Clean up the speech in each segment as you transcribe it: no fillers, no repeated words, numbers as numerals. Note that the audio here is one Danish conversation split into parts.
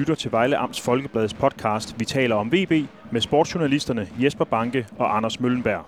lytter til Vejle Amts Folkebladets podcast Vi taler om VB med sportsjournalisterne Jesper Banke og Anders Møllenberg.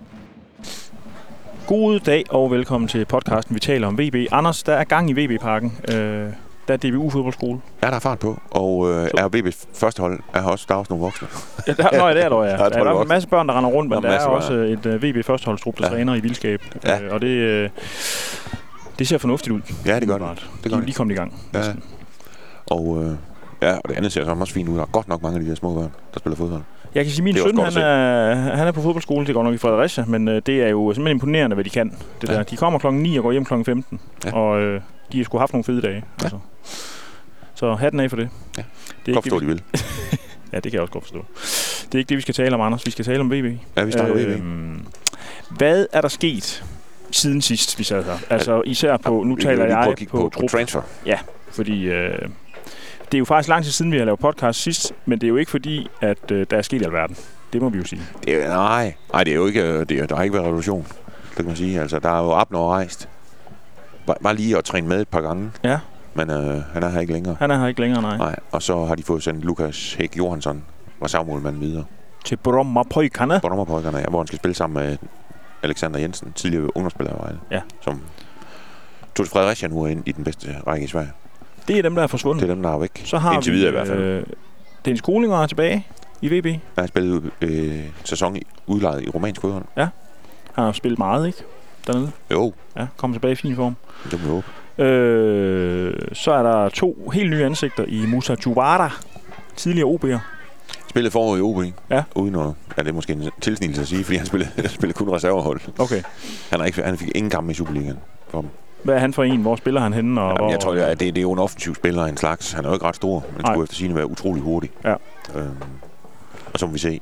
God dag og velkommen til podcasten Vi taler om VB. Anders, der er gang i VB-parken. Der er DBU fodboldskole. Ja, der er fart på, og er VB's første hold. Der er også nogle voksne. Ja, der er en masse børn, der render rundt, men der er også et VB førsteholdstrup, der træner i vildskab. Ja. Og det ser fornuftigt ud. Ja, det gør det. De kom i gang. Ja. Og det andet ser også fint ud. Der er godt nok mange af de der små børn, der spiller fodbold. Jeg kan sige, min søn, han er på fodboldskole, det går nok i Fredericia, men det er jo simpelthen imponerende, hvad de kan. Det der. De kommer klokken 9 og går hjem klokken 15, og de har sgu haft nogle fede dage. Ja. Altså. Så hatten af for det. Ja. Det er godt forstå, de vil. Ja, det kan jeg også godt forstå. Det er ikke det, vi skal tale om, Anders. Vi skal tale om VB. Ja, vi snakker VB. Hvad er der sket siden sidst, vi sad her? Altså især på, nu taler jeg på transfer. Ja, fordi det er jo faktisk lang tid siden, vi har lavet podcast sidst, men det er jo ikke fordi, at der er sket i alverden. Det må vi jo sige. Nej, det er jo ikke, der har ikke været revolution, det kan man sige. Altså, der er jo Abner rejst. Var lige at træne med et par gange. Ja. Men han er her ikke længere. Han er her ikke længere, nej. Nej, og så har de fået sendt Lukas Hæk Johansson, var savmålmanden videre. Til Brommerpojkerne. Brommerpojkerne, ja, hvor han skal spille sammen med Alexander Jensen, tidligere ungdomsspiller af Vejle. Ja. Som tog til Fredericia nu ind i den bedste række i Sverige. Det er dem, der er forsvundet. Det er dem, der er væk. Så har indtil videre i hvert fald. Dennis Kolinger er tilbage i VB. Han har spillet sæson udlejet i romansk fodbold. Ja. Han har spillet meget, ikke? Dernede. Jo. Ja, kom tilbage i fin form. Det må vi håbe. Så er der 2 helt nye ansigter i Musa Juvara, tidligere OB'er. Spillede forår i OB. Ja. Uden noget. Ja, det er måske en tilsnigelse at sige, fordi han spillede kun reservehold. Okay. Han fik ingen kamp i Superligaen for dem. Hvad er han for en? Hvor spiller han henne? Og jeg tror, at det er jo en offensiv spiller af en slags. Han er jo ikke ret stor, men skulle efter sigende være utrolig hurtig. Ja. Og så må vi se,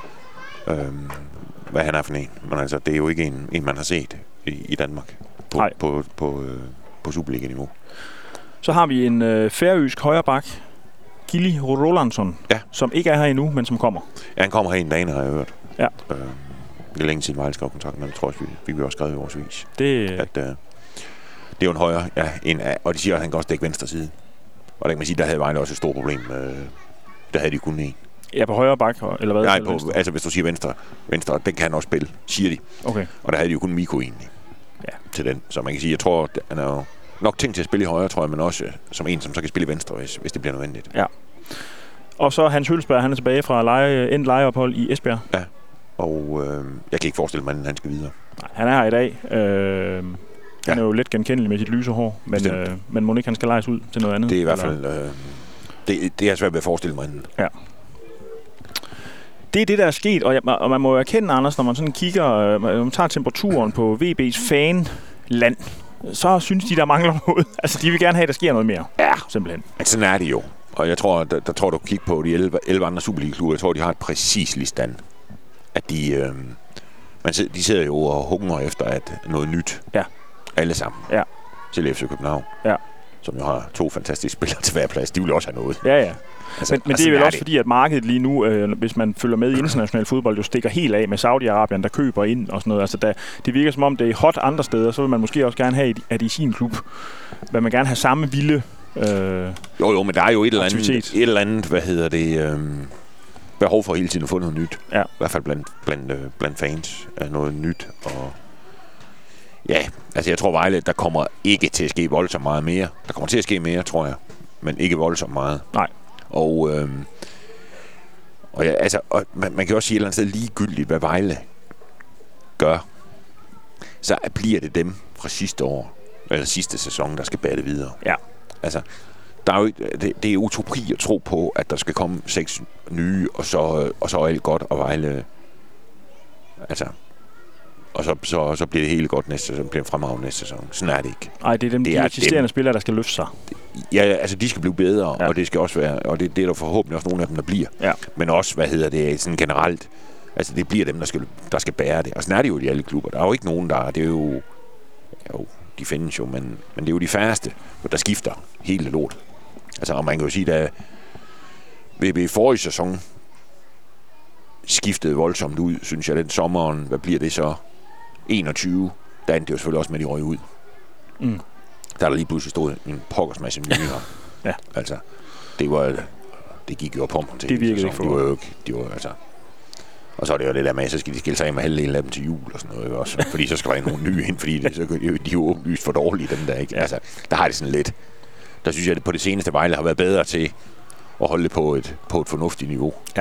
hvad han er for en. Men altså, det er jo ikke en man har set i Danmark på Superliga-niveau. Så har vi en færøsk højreback, Gilly Rolandsson, som ikke er her endnu, men som kommer. Ja, han kommer her en dag, har jeg hørt. Ja. Det er længe siden Vejle skrev kontakten, men det tror jeg, vi også skrevet i vores vis. Det er jo en højre, og de siger, at han kan også dække venstre side. Og der kan man sige, der havde Vejle også et stort problem. Der havde de kun en. Ja, på højre bak, eller hvad? Nej, altså hvis du siger venstre, den kan han også spille, siger de. Okay. Og der havde de jo kun Mikko egentlig til den. Så man kan sige, jeg tror, at han er jo nok tænkt til at spille i højre, tror jeg, men også som en, som så kan spille i venstre, hvis det bliver nødvendigt. Ja. Og så Hans Hølsberg, han er tilbage fra lejeophold i Esbjerg. Ja, og jeg kan ikke forestille mig, at han skal videre. Nej, han er her i dag. Han er jo lidt genkendelig med sit lyse hår, men må ikke han skal lejes ud til noget andet? Det er i hvert fald det er svært ved at forestille mig. Ja. Det er det, der er sket, og man må jo erkende, Anders, når man sådan kigger, man tager temperaturen på VB's fanland, så synes de, der mangler noget. Altså, de vil gerne have, at der sker noget mere. Ja. Simpelthen. Altså, sådan er det jo. Og jeg tror, der tror du kigge på de 11 andre Superliga-klubber, jeg tror, de har et præcis ligestand. At de sidder jo og hungrer efter noget nyt. Ja. Alle sammen. Ja. Til FC København. Ja. Som jo har 2 fantastiske spillere til hver plads. De vil også have noget. Ja, ja. Altså, men det er vel også fordi, at markedet lige nu, hvis man følger med i international fodbold, jo stikker helt af med Saudi-Arabien, der køber ind og sådan noget. Altså, det virker som om, det er hot andre steder, så vil man måske også gerne have, at i sin klub vil man gerne have samme vilde Jo, men der er jo et eller andet behov for hele tiden at få noget nyt. Ja. I hvert fald blandt fans af noget nyt. Og ja, altså jeg tror Vejle, der kommer ikke til at ske voldsomt meget mere. Der kommer til at ske mere, tror jeg, men ikke voldsomt meget. Nej. Og man kan også sige et eller andet sted ligegyldigt, hvad Vejle gør, så bliver det dem fra sidste år, eller sidste sæson, der skal bære det videre. Ja. Altså, der er jo, det er utopi at tro på, at der skal komme 6 nye, og så er alt godt, og Vejle, altså, og så bliver det hele godt næste sæson, bliver fremragende næste sæson. Sådan er det ikke. Nej, det er de eksisterende spillere, der skal løfte sig. Ja, altså de skal blive bedre, og det skal også være, og det er der forhåbentlig også nogle af dem, der bliver. Ja. Men også, sådan generelt, altså det bliver dem, der skal bære det. Og sådan er det jo i alle klubber. Der er jo ikke nogen, det er jo, de findes jo, men det er jo de færreste, der skifter hele lort. Altså, og man kan jo sige, at VB i forrige sæson skiftede voldsomt ud, synes jeg, den sommeren. Hvad bliver det så? 21. Der endte det jo selvfølgelig også med, de røg ud. Mm. Der lige pludselig stod en pokkers masse nye her. Ja. Altså, det var det gik jo på mig til. Det virkede ikke for. De var altså... Og så er det jo det der med, så skal de skille sig af med halvdelen af dem til jul og sådan noget også. Fordi så skal der nogle nye ind, fordi de er jo åbenlyst for dårlige, dem der, ikke? Ja. Altså, der har det sådan lidt... Der synes jeg, at på det seneste Vejle har været bedre til at holde det på et fornuftigt niveau. Ja.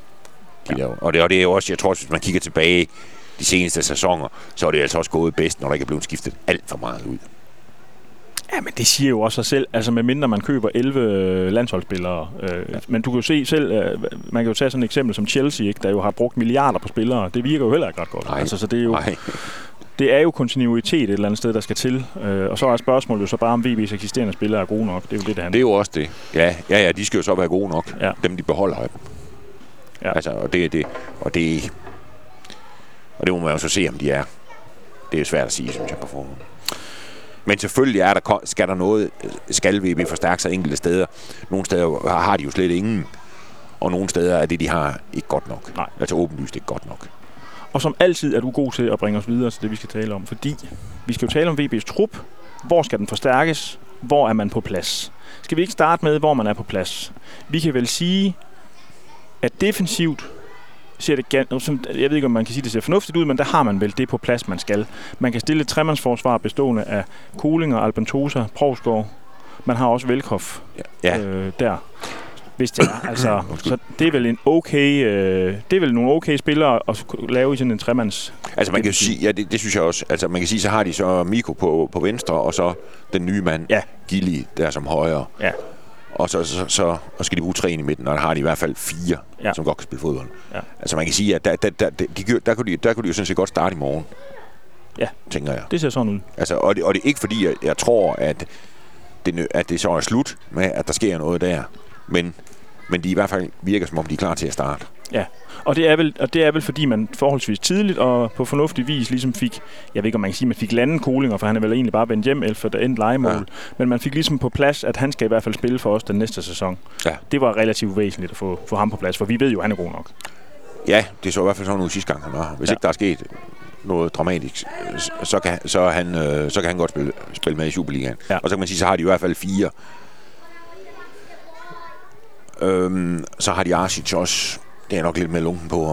Og det er jo også, jeg tror også, hvis man kigger tilbage de seneste sæsoner, så er det altså også gået bedst, når der ikke er blevet skiftet alt for meget ud. Ja, men det siger jo også sig selv, altså medmindre man køber 11 landsholdsspillere. Men du kan jo se selv, man kan jo tage sådan et eksempel som Chelsea, ikke, der jo har brugt milliarder på spillere. Det virker jo heller ikke ret godt. Nej. Altså, så det er jo... Det er jo kontinuitet et eller andet sted, der skal til. Og så er spørgsmålet jo så bare, om VB's eksisterende spillere er gode nok. Det er jo det handler. Det er jo også det. Ja, de skal jo så være gode nok. Ja. Dem, de beholder af dem. Ja. Altså, og det må man jo så se, om de er. Det er svært at sige, synes jeg, på forhånd. Men selvfølgelig skal VB forstærke sig enkelte steder. Nogle steder har de jo slet ingen. Og nogle steder er det, de har, ikke godt nok. Nej. Altså åbenlyst ikke godt nok. Og som altid er du god til at bringe os videre til det, vi skal tale om. Fordi vi skal jo tale om VB's trup. Hvor skal den forstærkes? Hvor er man på plads? Skal vi ikke starte med, hvor man er på plads? Vi kan vel sige, at defensivt ser det, jeg ved ikke, om man kan sige, at det ser fornuftigt ud, men der har man vel det på plads, man skal. Man kan stille et tremandsforsvar bestående af Kolinger, Albentosa, Provsgaard. Man har også Velkoff der. Hvis det er. Altså, så det er vel en okay, det er vel nogle okay spillere at lave i sådan en tremands. Altså man kan sige, ja, det synes jeg også. Altså man kan sige, så har de så Mikko på venstre, og så den nye mand, Gilly, der som højre. Ja. Og så skal de bruge 3 i midten, og der har de i hvert fald 4, som godt kan spille fodbold. Ja. Altså man kan sige, at der kunne de jo sådan set godt starte i morgen. Ja, tænker jeg. Det ser sådan ud. Altså, og det er ikke fordi, jeg tror, at det så er slut med, at der sker noget der. Men de i hvert fald virker, som om de er klar til at starte. Ja, og det er vel fordi man forholdsvis tidligt og på fornuftig vis ligesom fik, jeg ved ikke om man kan sige, man fik landet Kolinger, for han er vel egentlig bare vendt hjem efter der endte lejemål. Ja. Men man fik ligesom på plads, at han skal i hvert fald spille for os den næste sæson. Ja. Det var relativt væsentligt at få ham på plads, for vi ved jo, at han er god nok. Ja, det så i hvert fald sådan noget sidste gang, han var. Hvis ikke der er sket noget dramatisk, så kan han godt spille med i Superligaen. Ja. Og så kan man sige, så har de i hvert fald 4. Så har de Arsic også. Det er nok lidt mere lunken på,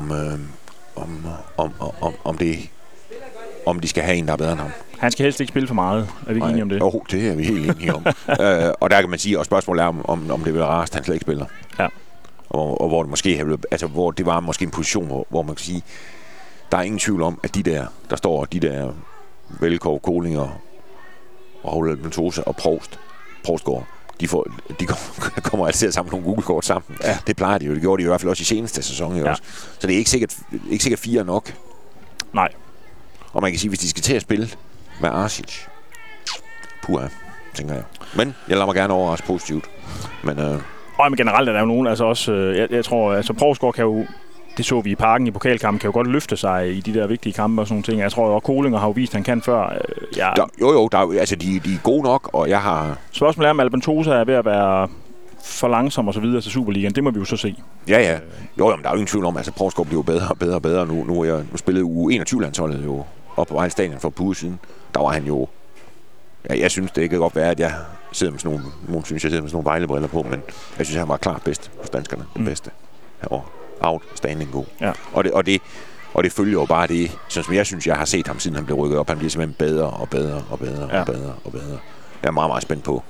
om de skal have en, der er bedre end ham. Han skal helst ikke spille for meget. Er vi ikke enige om det? Jo, det er vi helt enige om. Og der kan man sige, og spørgsmålet er, om det vil rarest, han slet ikke spiller. Ja. Og hvor det måske hvor det var måske en position, hvor man kan sige, der er ingen tvivl om, at der står de der Velkov, Kolinger, Raul Albentosa og Provsgaard. De kommer altså til at samle nogle Google-kort sammen. Ja. Det plejer de jo. Det gjorde de jo i hvert fald også i seneste sæson. Ja. Også. Så det er ikke sikkert 4 nok. Nej. Og man kan sige, hvis de skal til at spille med Arsic, puha, tænker jeg. Men jeg lader mig gerne overraske positivt. Men generelt er der jo nogen, altså også, jeg tror, altså Provsgaard kan jo, det så vi i Parken i pokalkampen, kan jo godt løfte sig i de der vigtige kampe og sådan nogle ting. Jeg tror jo, at Kolinger har jo vist, at han kan før. De er gode nok, og jeg har... Spørgsmålet er, om Albentosa er ved at være for langsom og så videre til Superligaen. Det må vi jo så se. Ja. Jo, men der er jo ingen tvivl om, at altså, Provsgaard bliver bedre og bedre. Nu spillede U21-landsholdet jo op på Vejle Stadion for et par uger siden. Der var han jo... Ja, jeg synes, det kan godt være, at jeg sidder med sådan nogle Vejle-briller på, men jeg synes, han var klart bedst hos danskerne. Den bedste herovre. Outstanding god. Ja. Og det følger jo bare det, som jeg synes, jeg har set ham, siden han blev rykket op. Han bliver simpelthen bedre og bedre. Jeg er meget, meget spændt på,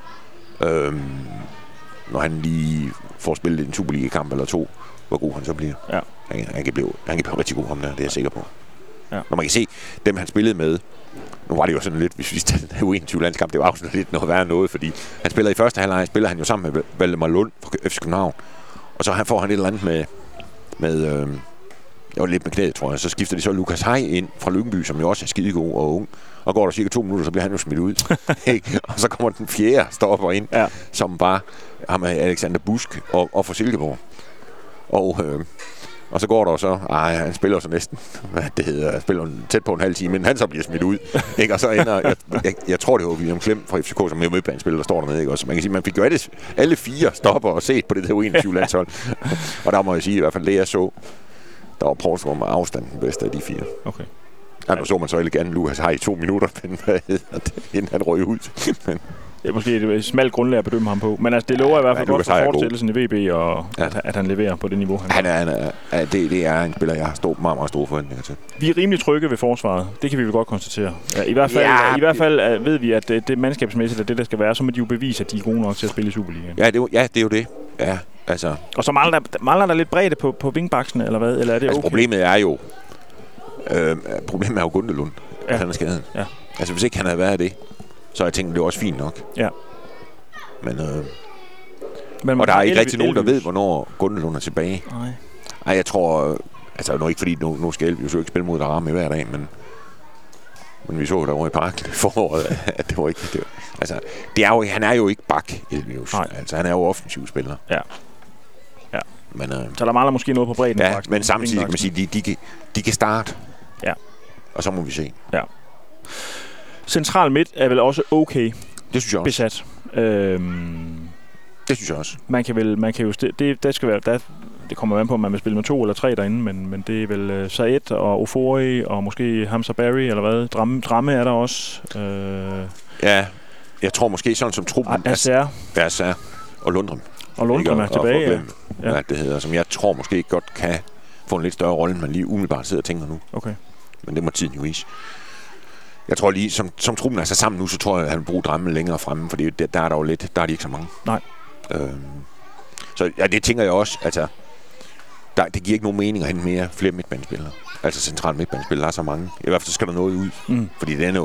når han lige får spillet en Superliga-kamp eller 2, hvor god han så bliver. Ja. Han kan blive rigtig god, ham der, det er jeg sikker på. Ja. Når man kan se dem, han spillede med, nu var det jo sådan lidt, hvis vi den her U21-landskamp, det var også lidt noget værre noget, fordi han spiller i første halvleg, spiller han jo sammen med Valdemar Lund fra FC København. Og så får han et eller andet med lidt med knæet, tror jeg. Så skifter de så Lukas Hej ind fra Lyngby, som jo også er skidegod og ung. Og går der cirka 2 minutter, så bliver han jo smidt ud. Og så kommer den 4. stopper ind, som bare har med Alexander Busk og fra Silkeborg. Og så går der så, han spiller så næsten, spiller tæt på en halv time, men han så bliver smidt ud. Ikke? Og så ender, jeg tror det var William Klem fra FCK, som er midtbanespiller, der står dernede. Ikke? Også man kan sige, man fik jo alle 4 stopper og set på det der U21-landshold. Og der må jeg sige, i hvert fald det jeg så, der var Provsgaard med afstand den bedste af de 4. Okay. Ja, nu så man så elegant Lukas har i 2 minutter, inden han røg ud. Det er måske et smalt grundlag at bedømme ham på. Men altså, det lover i hvert fald godt for fortsættelsen i VB, og at han leverer på det niveau. Det er en spiller, jeg har meget, meget store forventninger til. Vi er rimelig trygge ved forsvaret. Det kan vi vel godt konstatere. Ja, I hvert fald ved vi, at det mandskabsmæssigt er det, der skal være. Så må de jo bevise, at de er gode nok til at spille i Superligaen. Ja, det er jo det. Ja, altså. Og så mangler der lidt bredde på vingbaksen, eller hvad? Eller er det okay? Problemet er jo Gundelund. Ja. Han er skadet. Ja. Altså, hvis ikke han havde været det, så jeg tænkt, det er også fint nok. Ja. Men og der er ikke rigtig nogen, der ved, hvornår Gundelund er tilbage. Nej, jeg tror... Altså, nu ikke fordi, nu skal Elvius jo ikke spille mod Darami hver dag, men vi så derovre i parken i foråret, at det var ikke... han er jo ikke bak, Elvius. Altså, han er jo offensiv spiller. Ja. Men, så der mangler måske noget på bredden. Ja, men samtidig kan man sige, de kan starte. Ja. Og så må vi se. Ja. Central midt er vel også okay. Det synes jeg også. Besat. Det synes jeg også. Man kan jo det skal være det kommer an på, om man vil spille med 2 eller 3 derinde, men det er vel Saed og Ofori og måske Hamza Barry eller hvad. Dramme er der også. Ja, jeg tror måske sådan som truppen Asser og Lundrum. Og Lundrum er tilbage. Ja, det hedder, som jeg tror måske godt kan få en lidt større rolle, end man lige umiddelbart sidder og tænker nu. Okay. Men det må tiden jo vise. Jeg tror lige, som truppen er så sammen nu, så tror jeg, at han vil bruge Dramme længere fremme, for der er der jo lidt, der er de ikke så mange. Nej. Så ja, det tænker jeg også, altså, det giver ikke nogen mening at hente flere midtbanespillere. Altså centrale midtbanespillere, der er så mange. I hvert fald skal der noget ud. Fordi det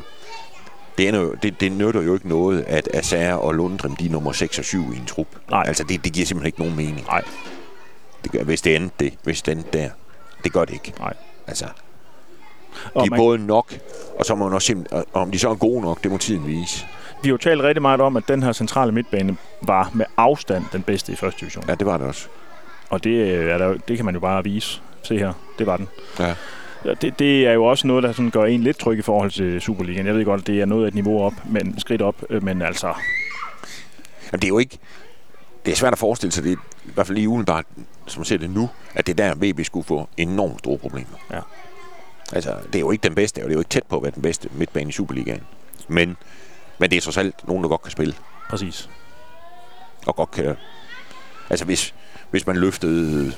nytter jo ikke noget, at Asser og Lundrum, de er nummer 6 og 7 i en trup. Nej. Altså, det giver simpelthen ikke nogen mening. Nej. Hvis det endte der. Det gør det ikke. Nej. Altså, de er både nok, og så må man også om de så er gode nok, det må tiden vise. Vi har jo talt rigtig meget om, at den her centrale midtbane var med afstand den bedste i første division. Ja, det var det også. Og det kan man jo bare vise. Se her, det var den. Ja. Det er jo også noget, der sådan gør en lidt tryg i forhold til Superligaen. Jeg ved godt, at det er noget af et niveau op, men skridt op, men altså... Jamen, det er jo ikke... Det er svært at forestille sig, det i hvert fald lige umiddelbart, som man ser det nu, at det der VB skulle få enormt store problemer. Ja. Altså, det er jo ikke den bedste, og det er jo ikke tæt på at være den bedste midtbane i Superligaen. Men det er trods alt nogen, der godt kan spille. Præcis. Og godt kan... Altså, hvis man løftede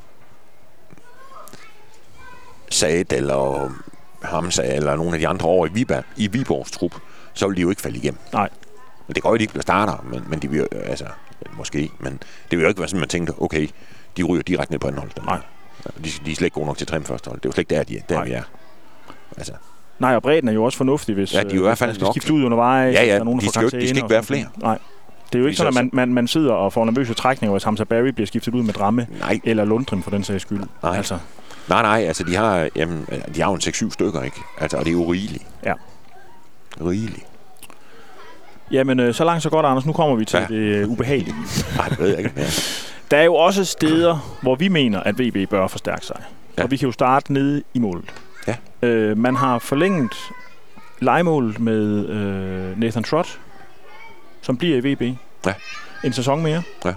Saed eller Hamza eller nogle af de andre over i Viborgs trup, så vil de jo ikke falde igennem. Nej. Men det går jo ikke, bliver starter, men de vil altså måske, men det vil jo ikke være sådan, man tænkte, okay, de ryger direkte ned på anden hold. Nej. De er slet ikke gode nok til træne første hold. Det er jo slet ikke der vi er. Altså. Nej, og bredden er jo også fornuftig, hvis ja, de er i hvert fald skal skifte ud undervejs. Ja, der nogen, de skal ikke være flere. Nej. Det er jo ikke sådan, at man sidder og får nervøse trækninger, hvis Hamza Barry bliver skiftet ud med Dramme eller Lundrum for den sags skyld. Nej. Altså. Nej, altså de har jo en 6-7 stykker, ikke? Altså, og det er jo rigeligt. Ja. Rigeligt. Jamen, så langt så godt, Anders. Nu kommer vi til det ubehagelige. Nej, det ved jeg ikke mere. Der er jo også steder, hvor vi mener, at VB bør forstærke sig. Ja. Og vi kan jo starte nede i målet. Ja. Man har forlænget lejemålet med Nathan Trott, som bliver i VB. Ja. En sæson mere. Ja.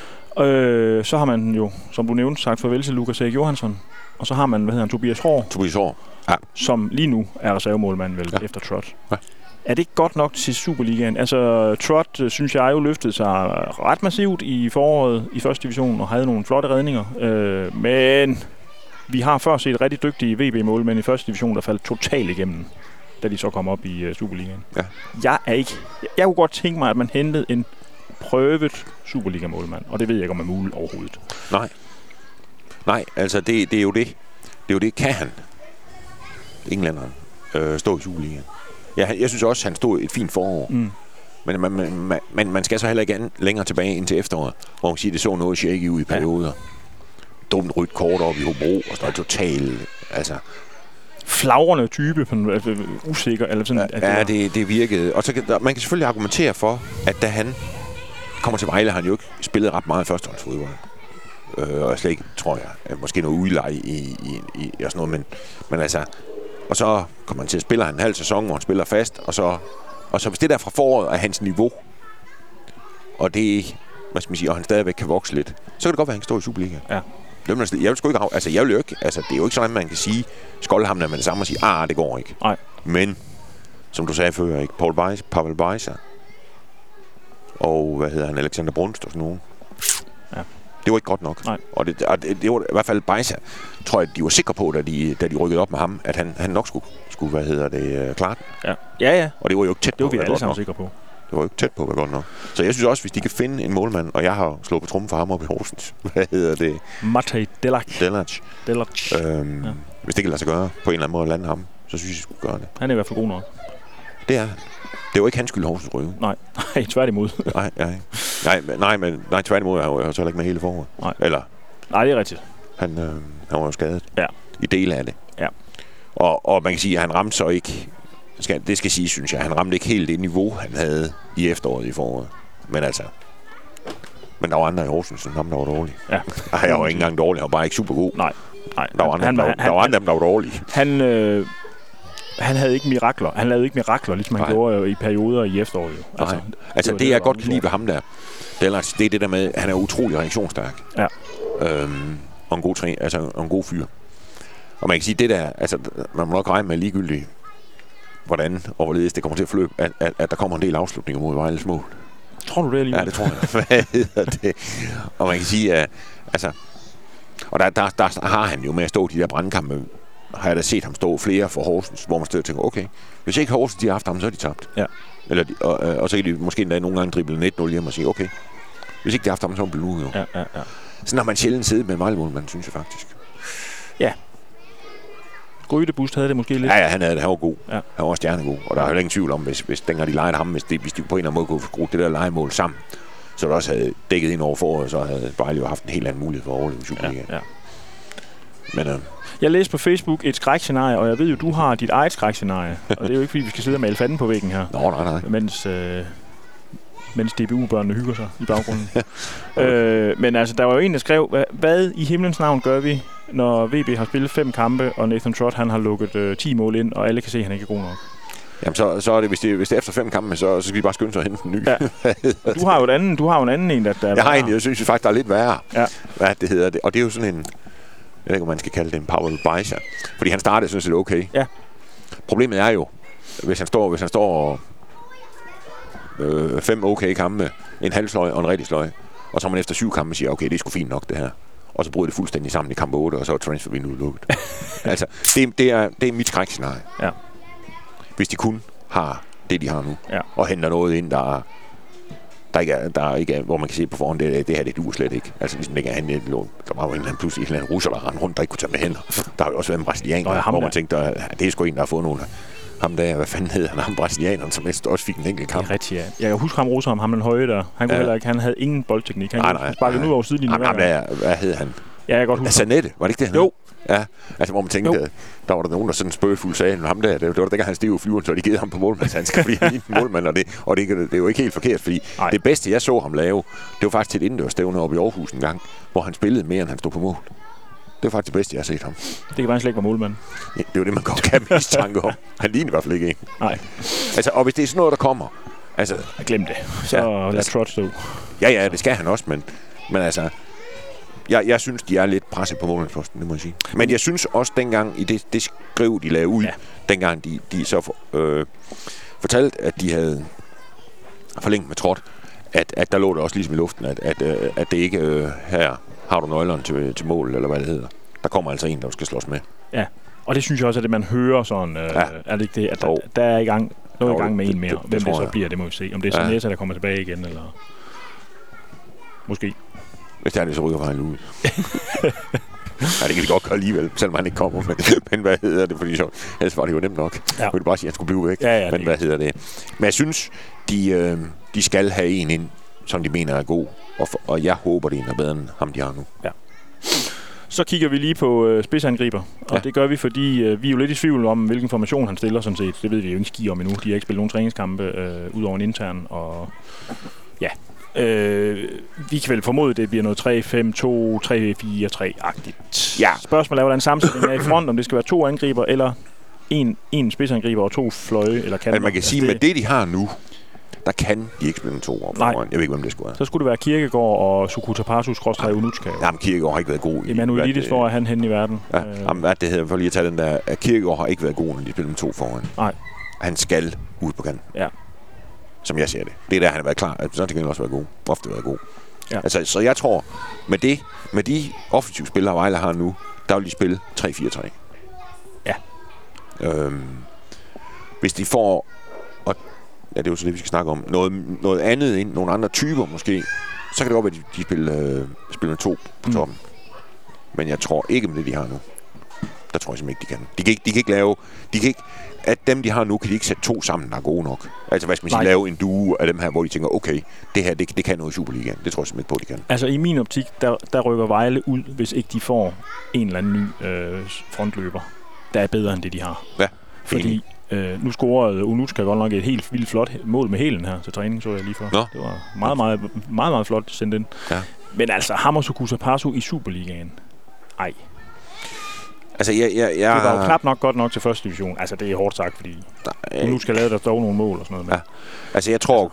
Så har man jo, som du nævnte, sagt farvel til Lukas Erik Johansson. Og så har man, Tobias Hård. Ja. Som lige nu er reservemålmand efter Trott. Ja. Er det ikke godt nok til Superligaen? Altså, Trott, synes jeg, jo løftede sig ret massivt i foråret i første division og havde nogle flotte redninger. Men vi har før set rigtig dygtige VB-målmænd i første division, der faldt totalt igennem, da de så kom op i Superligaen. Ja. Jeg kunne godt tænke mig, at man hentede en prøvet Superliga-målmand, og det ved jeg ikke, om er muligt overhovedet. Nej, altså det er jo det. Det er jo det, kan han, englænderen, stå i Superligaen. Ja, jeg synes også, han stod et fint forår. Mm. Men man skal så heller ikke længere tilbage ind til efteråret, hvor man siger, det så noget shaky ud i perioder. Ja. Dumt rødt kort op i Hobro, og så totalt, altså... Flagrende type, usikker, eller sådan... Ja, det virkede. Og så man kan selvfølgelig argumentere for, at da han kommer til Vejle, har han jo ikke spillet ret meget førsteholdsfodbold. Og slet ikke, tror jeg, måske noget udleje i og sådan noget, men altså... Og så kommer han til at spille en halv sæson, hvor han spiller fast, og så hvis det der fra foråret er hans niveau, og det, hvad skal man sige, og han stadigvæk kan vokse lidt, så kan det godt være, at han kan stå i Superligaen. Ja. Jeg vil sgu ikke det er jo ikke sådan, at man kan sige, skolde ham der med det samme og sige, det går ikke. Nej. Men, som du sagde før, ikke, Pavel Bajsa, og Alexander Brunst og sådan nogen. Ja. Det var ikke godt nok. Nej. Og det var i hvert fald Bajsa, tror jeg, de var sikre på, da de rykkede op med ham, at han nok skulle klare den. Ja. Og det var jo ikke tæt på. Det var vi alle sammen sikre på. Det var jo ikke tæt på, hvad godt nok. Så jeg synes også, hvis de kan finde en målmand, og jeg har slået på trummen for ham op i Horsens. Matej Delac. Hvis det kan lade sig gøre på en eller anden måde at lande ham, så synes jeg skulle gøre det. Han er i hvert fald god nok. Det er han. Det var ikke hans skyld, Horsens ryge. Nej, tværtimod. Nej, tværtimod. Han var jo så ikke med hele foråret. Nej, det er rigtigt. Han var jo skadet. Ja. I dele af det. Ja. Og man kan sige, at han ramte så ikke... Det skal sige, synes jeg. Han ramte ikke helt det niveau, han havde i efteråret i foråret. Men der var andre i Horsens, som ham, der var dårlige. Ja. Jeg var ikke engang dårlig. Han var bare ikke super god. Nej. Der var andre, der var dårlige. Han havde ikke mirakler. Han lavede ikke mirakler, ligesom han gjorde i perioder i efteråret. Altså det jeg godt kan lide ved ham der, det er det der med, at han er utrolig reaktionsstærk. Ja. Og en god træner, altså en god fyr. Og man kan sige, det der, altså man må nok regne med ligegyldigt, hvordan og hvorledes det kommer til at forløbe, at der kommer en del afslutninger mod Vejles mål. Tror du det alligevel? Ja, det tror jeg. Hvad hedder det? Og man kan sige, at altså... Og der har han jo med at stå de der brandkampe, har jeg da set ham stå flere for Horsens, hvor man stod og tænker, okay, hvis ikke Horsens de har haft ham, så er de tabt. Ja. Eller og så kan de måske endda nogle gange drible 1-0 hjem og sige, okay, hvis ikke de har haft ham, så er de blevet ude. Ja. Sådan har man sjældent siddet med Vejlemålmand, synes jeg faktisk. Ja. Grydebust havde det måske lidt. Ja, han var god. Ja. Han var stjernegod. Og der er jo ingen tvivl om, hvis dengang de legede ham, hvis de på en eller anden måde kunne skrue det der legemål sammen, så der også havde dækket ind over foråret, så havde Vejle jo haft en helt anden mulighed for at overleve i Superligaen. Ja. Men jeg læste på Facebook et skrækscenarie, og jeg ved jo, du har dit eget skrækscenarie. Og det er jo ikke, fordi vi skal sidde og male fanden på væggen her. Nej. Mens DBU-børnene hygger sig i baggrunden. Men altså, der var jo en, der skrev, hvad i himlens navn gør vi, når VB har spillet 5 kampe, og Nathan Trott, han har lukket 10 mål ind, og alle kan se, at han ikke er god nok? Jamen, så er det, hvis det er efter 5 kampe, så skal vi bare skynde sig at hente en ny. Ja. Du har jo en anden en, der jeg har en, jeg synes faktisk, der er lidt værre. Ja. Hvad det hedder det. Og det er jo sådan en, jeg ved ikke, om man skal kalde det en Pavel Bajsa. Fordi han startede, synes jeg, det er okay. Ja. Problemet er jo, hvis han står 5 okay kampe, en halv sløj og en rigtig sløj, og så man efter 7 kampe siger, okay, det er sgu fint nok det her. Og så bryder det fuldstændig sammen i kamp 8, og så er transfervinduet lukket. Altså, det er mit skrækscenarie. Ja. hvis de kun har det, de har nu, og henter noget ind, der ikke er, hvor man kan se på forhånd, det her, det duer slet ikke. Altså ligesom det kan der var jo en eller anden pludselig en eller anden russer, der rendte rundt, der ikke kunne tage med hænder. Der har jo også været en brasilianer, hvor man tænkte, det er sgu en, der har fået nogle ham der, hvad fanden hed han, ham brasilianeren, som også fik en enkelt kamp. Det er rigtigt, ja. Jeg kan huske ham russer om ham den høje der. Han kunne heller ikke, han havde ingen boldteknik. Han sparkede nu over sidelinjen. Hvad hed han? Ja, jeg kan godt huske. Sanette, var det ikke det? Jo. Ja, altså hvor man tænkte, der var der nogen, der sådan spøgefuld sagde, ham der, det var dengang han steg flyveren, så de givet ham på målmandshandsker, fordi han lignede målmand, og det er jo ikke helt forkert, fordi det bedste, jeg så ham lave, det var faktisk til et indendørsstævne oppe i Aarhus en gang, hvor han spillede mere, end han stod på mål. Det var faktisk det bedste, jeg har set ham. Det kan faktisk slet ikke være målmand. Ja, det er jo det, man godt kan have mistanke om. Han ligner i hvert fald ikke en. Nej. Altså, og hvis det er sådan noget, der kommer, altså... Glem det. Så lad Trott stå. Ja, det skal han også, men altså... Jeg synes, de er lidt presset på målmandsposten, det må jeg sige. Men jeg synes også dengang, i det skriv, de lavede ud, dengang de så fortalte, at de havde forlænget med Trott, at der lå det også ligesom i luften, at det ikke her har du nøglerne til mål, eller hvad det hedder. Der kommer altså en, der skal slås med. Ja, og det synes jeg også, at det man hører sådan, er det ikke det, at der er i gang med en mere. Hvem det så bliver, det må vi se. Om det er Sanessa, der kommer tilbage igen, eller måske. Hvis det er det, så ryger Vejle ud. Ja, det kan de godt gøre alligevel, selvom han ikke kommer. Men hvad hedder det? Fordi så, ellers var det jo nemt nok. Jeg ville bare sige, at han skulle blive væk. Ja, men hvad hedder det? Men jeg synes, de skal have en ind, som de mener er god. Og jeg håber, det er bedre end ham, de har nu. Ja. Så kigger vi lige på spidsangriber. Og det gør vi, fordi vi er jo lidt i tvivl om, hvilken formation han stiller, sådan set. Det ved vi jo ikke ski om endnu. De har ikke spillet nogen træningskampe ud over en intern. Og ja... vi kan vel formode, at det bliver noget 3-5-2, 3-4-3-agtigt. Ja. Spørgsmålet er, hvordan sammensætningen er i front, om det skal være 2 angriber, eller en spidsangriber og 2 fløje, eller kanter. Altså man kan sige, med det, de har nu, der kan de ikke spille med 2 op foran. Jeg ved ikke, hvem det skulle være. Så skulle det være Kierkegaard og Sukuta Pasus-Unutska. Jamen, Kierkegaard har ikke været god. Emanuelitis, hvor er han henne i verden? Ja. Jamen, hvad det hedder, for lige at tage den der, Kierkegaard har ikke været god, når de spiller med 2 foran. Nej. Han skal ud på kanten. Ja. som jeg ser det. Det er der, han har været klar. Så har han også været god. Ofte været god. Ja. Altså, så jeg tror, med de offensive spillere, Vejle har nu, der vil de spille 3-4-3. Ja. Hvis de får, og ja, det er jo så det, vi skal snakke om, noget andet ind, nogle andre typer måske, så kan det godt være, at de spiller 2 på toppen. Men jeg tror ikke med det, de har nu. Der tror jeg simpelthen ikke, de kan. At dem, de har nu, kan de ikke sætte 2 sammen, der er gode nok. Altså, hvad skal man sige, lave en duo af dem her, hvor de tænker, okay, det her, det kan noget i Superligaen. Det tror jeg simpelthen ikke på, de kan. Altså, i min optik, der rykker Vejle ud, hvis ikke de får en eller anden ny frontløber, der er bedre end det, de har. Ja. Fordi nu scorede Unuska godt nok et helt vildt flot mål med hælen her til træning, så jeg lige før. Nå. Det var meget flot sendt ind. Ja. Men altså, Hammer Kusapasu i Superligaen. Ej. Altså, det var jo knap nok godt nok til første division. Altså, det er hårdt sagt, fordi nu skal lave der dog nogle mål og sådan noget. Ja. Altså, jeg tror,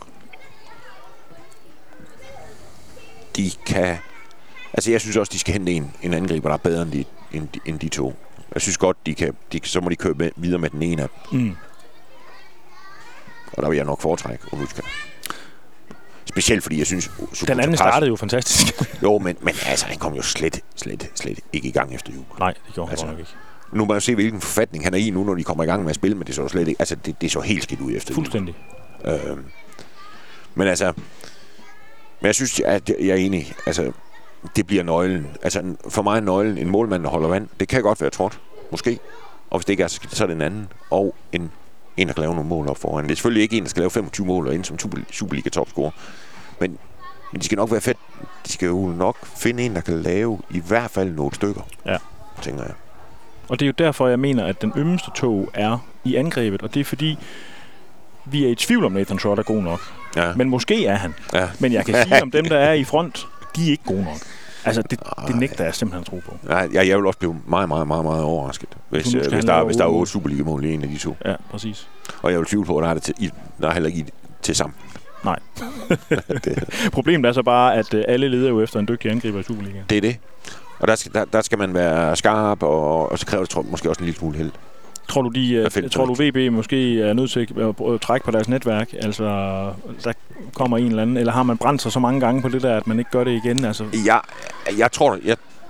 de kan... Altså, jeg synes også, de skal hente en angriber, der er bedre end de 2. Jeg synes godt, så må de køre videre med den ene af dem. Og der vil jeg nok foretrække Unuska. Specielt fordi jeg synes... Den anden startede jo fantastisk. Jo, men altså, han kom jo slet ikke i gang efter jul. Nej, det gjorde han nok ikke. Nu må man jo se, hvilken forfatning han er i nu, når de kommer i gang med at spille, men det så slet ikke... Altså, det så helt skidt ud efter fuldstændig. Jul. Men altså... Men jeg synes, at jeg er enig. Altså, det bliver nøglen. Altså, for mig er nøglen en målmand, der holder vand. Det kan godt være trådt. Måske. Og hvis det ikke er, så er det en anden. Og en der kan lave nogle mål op foran. Det er selvfølgelig ikke en, der skal lave 25 mål og ind som Superliga-topscorer. Men de skal nok være fedt. De skal jo nok finde en, der kan lave i hvert fald nogle stykker. Ja. Tænker jeg. Og det er jo derfor, jeg mener, at den ømmeste tog er i angrebet. Og det er fordi, vi er i tvivl om Nathan Trott er god nok. Ja. Men måske er han. Ja. Men jeg kan sige, om dem, der er i front, de er ikke gode nok. Altså, det nægter jeg simpelthen tro på. Nej, jeg vil også blive meget, meget, meget, meget overrasket, hvis der er 8 Superliga-mål i en af de 2. Ja, præcis. Og jeg vil tvivle på, at der er heller ikke til sammen. Nej. Problemet er så bare, at alle leder jo efter en dygtig angriber i Superligaen. Det er det. Og der skal man være skarp, og så kræver det måske også en lille smule held. Tror du VB måske er nødt til at trække på deres netværk? Altså, der kommer en eller anden, eller har man brændt sig så mange gange på det der, at man ikke gør det igen? Altså? Jeg tror,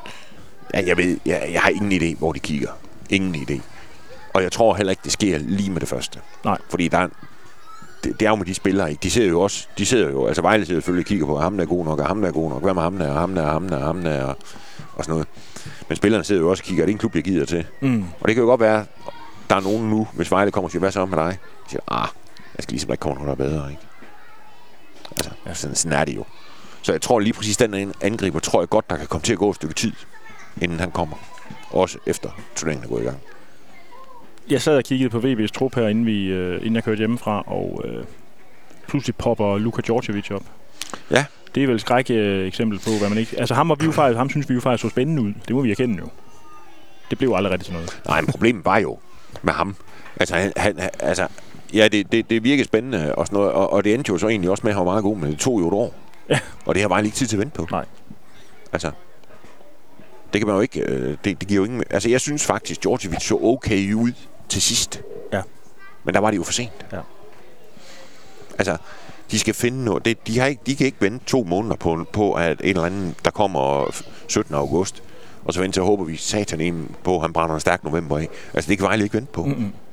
jeg har ingen idé, hvor de kigger. Ingen idé. Og jeg tror heller ikke, det sker lige med det første. Nej. Fordi det er jo med de spillere, ikke? De sidder jo, altså Vejle sidder selvfølgelig og kigger på, ham der er god nok, og ham der er god nok, hvad med ham der, og ham der, og sådan noget. Men spillerne sidder jo også og kigger, er det en klub, jeg gider til? Og det kan jo godt være, der er nogen nu, hvis Vejle kommer og siger, hvad så med dig? Jeg siger, jeg skal ligesom ikke komme noget, der er bedre, ikke? Altså, sådan er det jo. Så jeg tror lige præcis, den angriber, tror jeg godt, der kan komme til at gå et stykke tid, inden han kommer. Også efter turneringen er gået i gang. Jeg sad og kiggede på VB's trup her, inden jeg kørte hjemmefra, og pludselig popper Luka Djordjevic op. Ja. Det er vel et skræk eksempel på, hvad man ikke... Altså ham synes vi jo faktisk så spændende ud. Det må vi erkende jo. Det blev aldrig rigtig til noget. Nej, men problemet var jo med ham. Altså, det virkede spændende og sådan noget, og det endte jo så egentlig også med, at han var meget god, men det tog jo et år. Ja. Og det har bare ikke tid til at vente på. Nej. Altså, det kan man jo ikke... Det giver jo ingen... Altså, jeg synes faktisk, Djordjevic så okay ud til sidst. Ja. Men der var det jo for sent. Ja. Altså, de skal finde noget... De kan ikke vente 2 måneder på, at en eller anden, der kommer 17. august, og så venter til at håbe, vi satan ind på, at han brænder en stærk november af. Altså, det kan Vejle ikke vente på.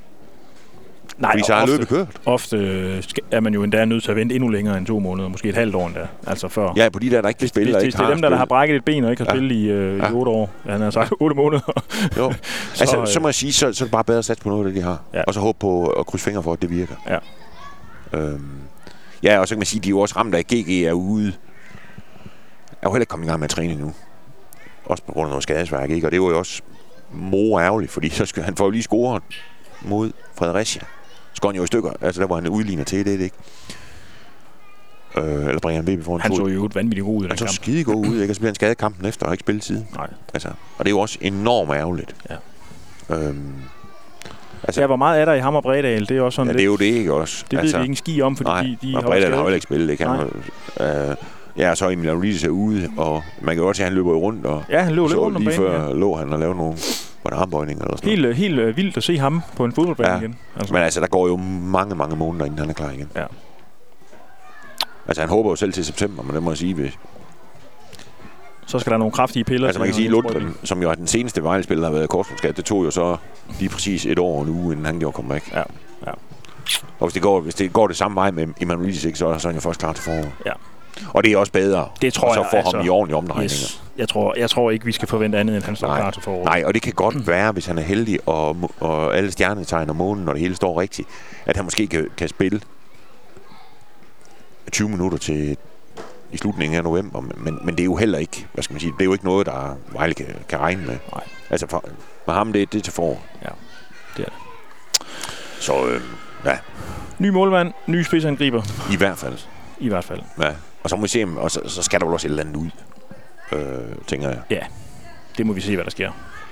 Nej, fordi så har løbet kørt. Ofte er man jo endda nødt til at vente endnu længere end 2 måneder, måske et halvt år endda. Altså før. Ja, på de der ikke kan spille. Det er dem, der har brækket et ben og ikke har spillet i 8 år. Ja, han har sagt 8 måneder. Jo. Så må jeg sige, så er det bare bedre at satse på noget af det, de har. Ja. Og så håbe på at krydse fingre for, at det virker. Ja. Ja, og så kan man sige, at de er jo også ramt af, at GG er ude. Er jo heller ikke kommet i gang med at træne nu. Også på grund af noget skadesværk, ikke? Og det var jo også ærgerligt, fordi så skal han får jo lige scoret mod Fredericia. Så går han jo i stykker. Altså, der var han udligner til det, ikke? Eller bringer han baby foran. Han så jo et vanvittigt god ud i den kamp. Han så skide god ud, ikke? Og så bliver han skadet kampen efter og ikke spillet siden. Nej. Altså, og det er jo også enormt ærgerligt. Ja. Altså, hvor meget er der i Hammer Bredal? Det er også sådan lidt... det er jo det, ikke også? Det ved vi ikke en ski om, fordi de har Bredal har jo ikke spillet, ikke? Ja, så Emil Aulidis er ude, og man kan godt se, at han løber rundt. Og ja, han løber lidt rundt om banen. Lige før lå han og lavede nogle armbøjninger eller sådan noget. Helt vildt at se ham på en fodboldbane igen. Altså. Men altså, der går jo mange, mange måneder, inden han er klar igen. Ja. Altså, han håber jo selv til september, men det må jeg sige, så skal der nogle kraftige piller. Altså, man kan sige, Lundgren, som jo er den seneste Vejle-spiller, der har været korsbåndsskadet, det tog jo så lige præcis et år nu, inden han gjorde comeback. Ja. Og hvis det går det samme vej med Emanuel Isik, så er han jo først klar til foråret. Ja. Og det er også bedre. Det tror og så får jeg, ham i ordentlige omdrejninger. Yes. Jeg tror ikke, vi skal forvente andet, end han står klar til foråret. Nej, og det kan godt være, hvis han er heldig, og alle stjernetegn og månen, når det hele står rigtigt, at han måske kan spille 20 minutter til i slutningen af november. Men det er jo heller ikke, hvad skal man sige, det er jo ikke noget, der Vejle kan regne med. Nej. Altså, med ham, det er til forår. Ja, det er det. Så, ja. Ny målmand, ny spidsangriber. I hvert fald. Ja. Og så må vi se, og så skal der vel også et eller andet ud, tænker jeg. Ja, det må vi se, hvad der sker.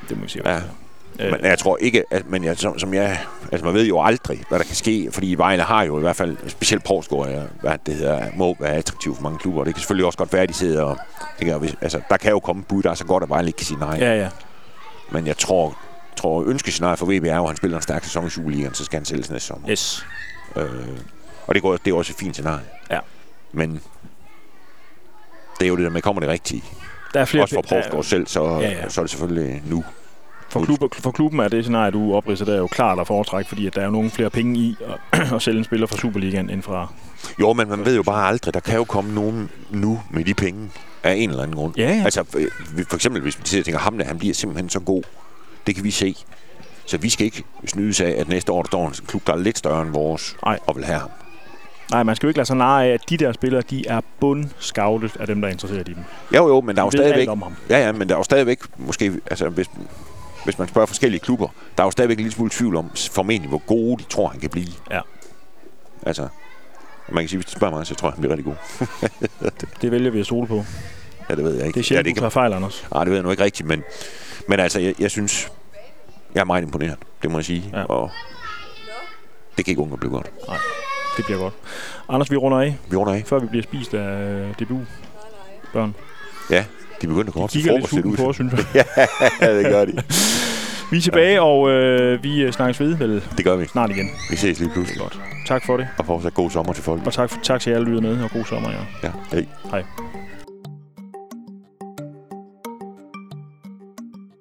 Men jeg tror ikke, at man ved jo aldrig, hvad der kan ske, fordi Vejle har jo i hvert fald, specielt Poulsgaard, hvad det hedder, må være attraktivt for mange klubber, og det kan selvfølgelig også godt være, at de sidder og tænker, altså, der kan jo komme bud, der er så godt, at Vejle ikke kan sige nej. Ja. Men jeg tror ønskescenariet for VB er jo, at han spiller en stærk sæson i Superligaen, så skal han sælges næste sommer. Yes. Og det er også et fint scenarie. Ja. Men det er jo det der med, kommer det rigtige. Der er flere også for Poulsgaard selv, så er det selvfølgelig nu. For klubben er det scenarie, du opridser, der er jo klart at foretrække, fordi at der er jo nogle flere penge i at sælge en spiller fra Superligaen end fra... Jo, men man ved jo bare aldrig. Der kan jo komme nogen nu med de penge af en eller anden grund. Ja. Altså, for eksempel, hvis vi tænker, ham der, han bliver simpelthen så god. Det kan vi se. Så vi skal ikke snydes af, at næste år der står en klub, der er lidt større end vores, og vil have ham. Nej, man skal jo ikke lade sig narre af, at de der spillere, de er bundscoutet af dem, der er interesseret i dem. Jo, men der er jo stadigvæk... Ja, men der er jo stadigvæk, måske, altså hvis man spørger forskellige klubber, der er jo stadigvæk en lille smule tvivl om, formentlig, hvor gode de tror, han kan blive. Ja. Altså, man kan sige, hvis du spørger mig, så tror jeg, han bliver rigtig god. Det vælger vi at stole på. Ja, det ved jeg ikke. Det er sjældent, du tager fejl, Anders. Nej, det ved jeg nu ikke rigtigt, men altså, jeg synes, jeg er meget imponeret, det må jeg sige. Ja. Og det kan ikke undgå at blive godt. Nej, det bliver godt. Anders, vi runder af. Før vi bliver spist af DBU-børn. Ja, de begyndte at gå til frokost lidt ud. På, synes jeg. Ja, det gør de. Vi er tilbage, og vi snakkes ved vel. Det gør vi. Snart igen. Vi ses lige pludselig. Godt. Tak for det. Og fortsat god sommer til folk. Og tak til jer, der lytter med, og god sommer, ja. Hej. Hej.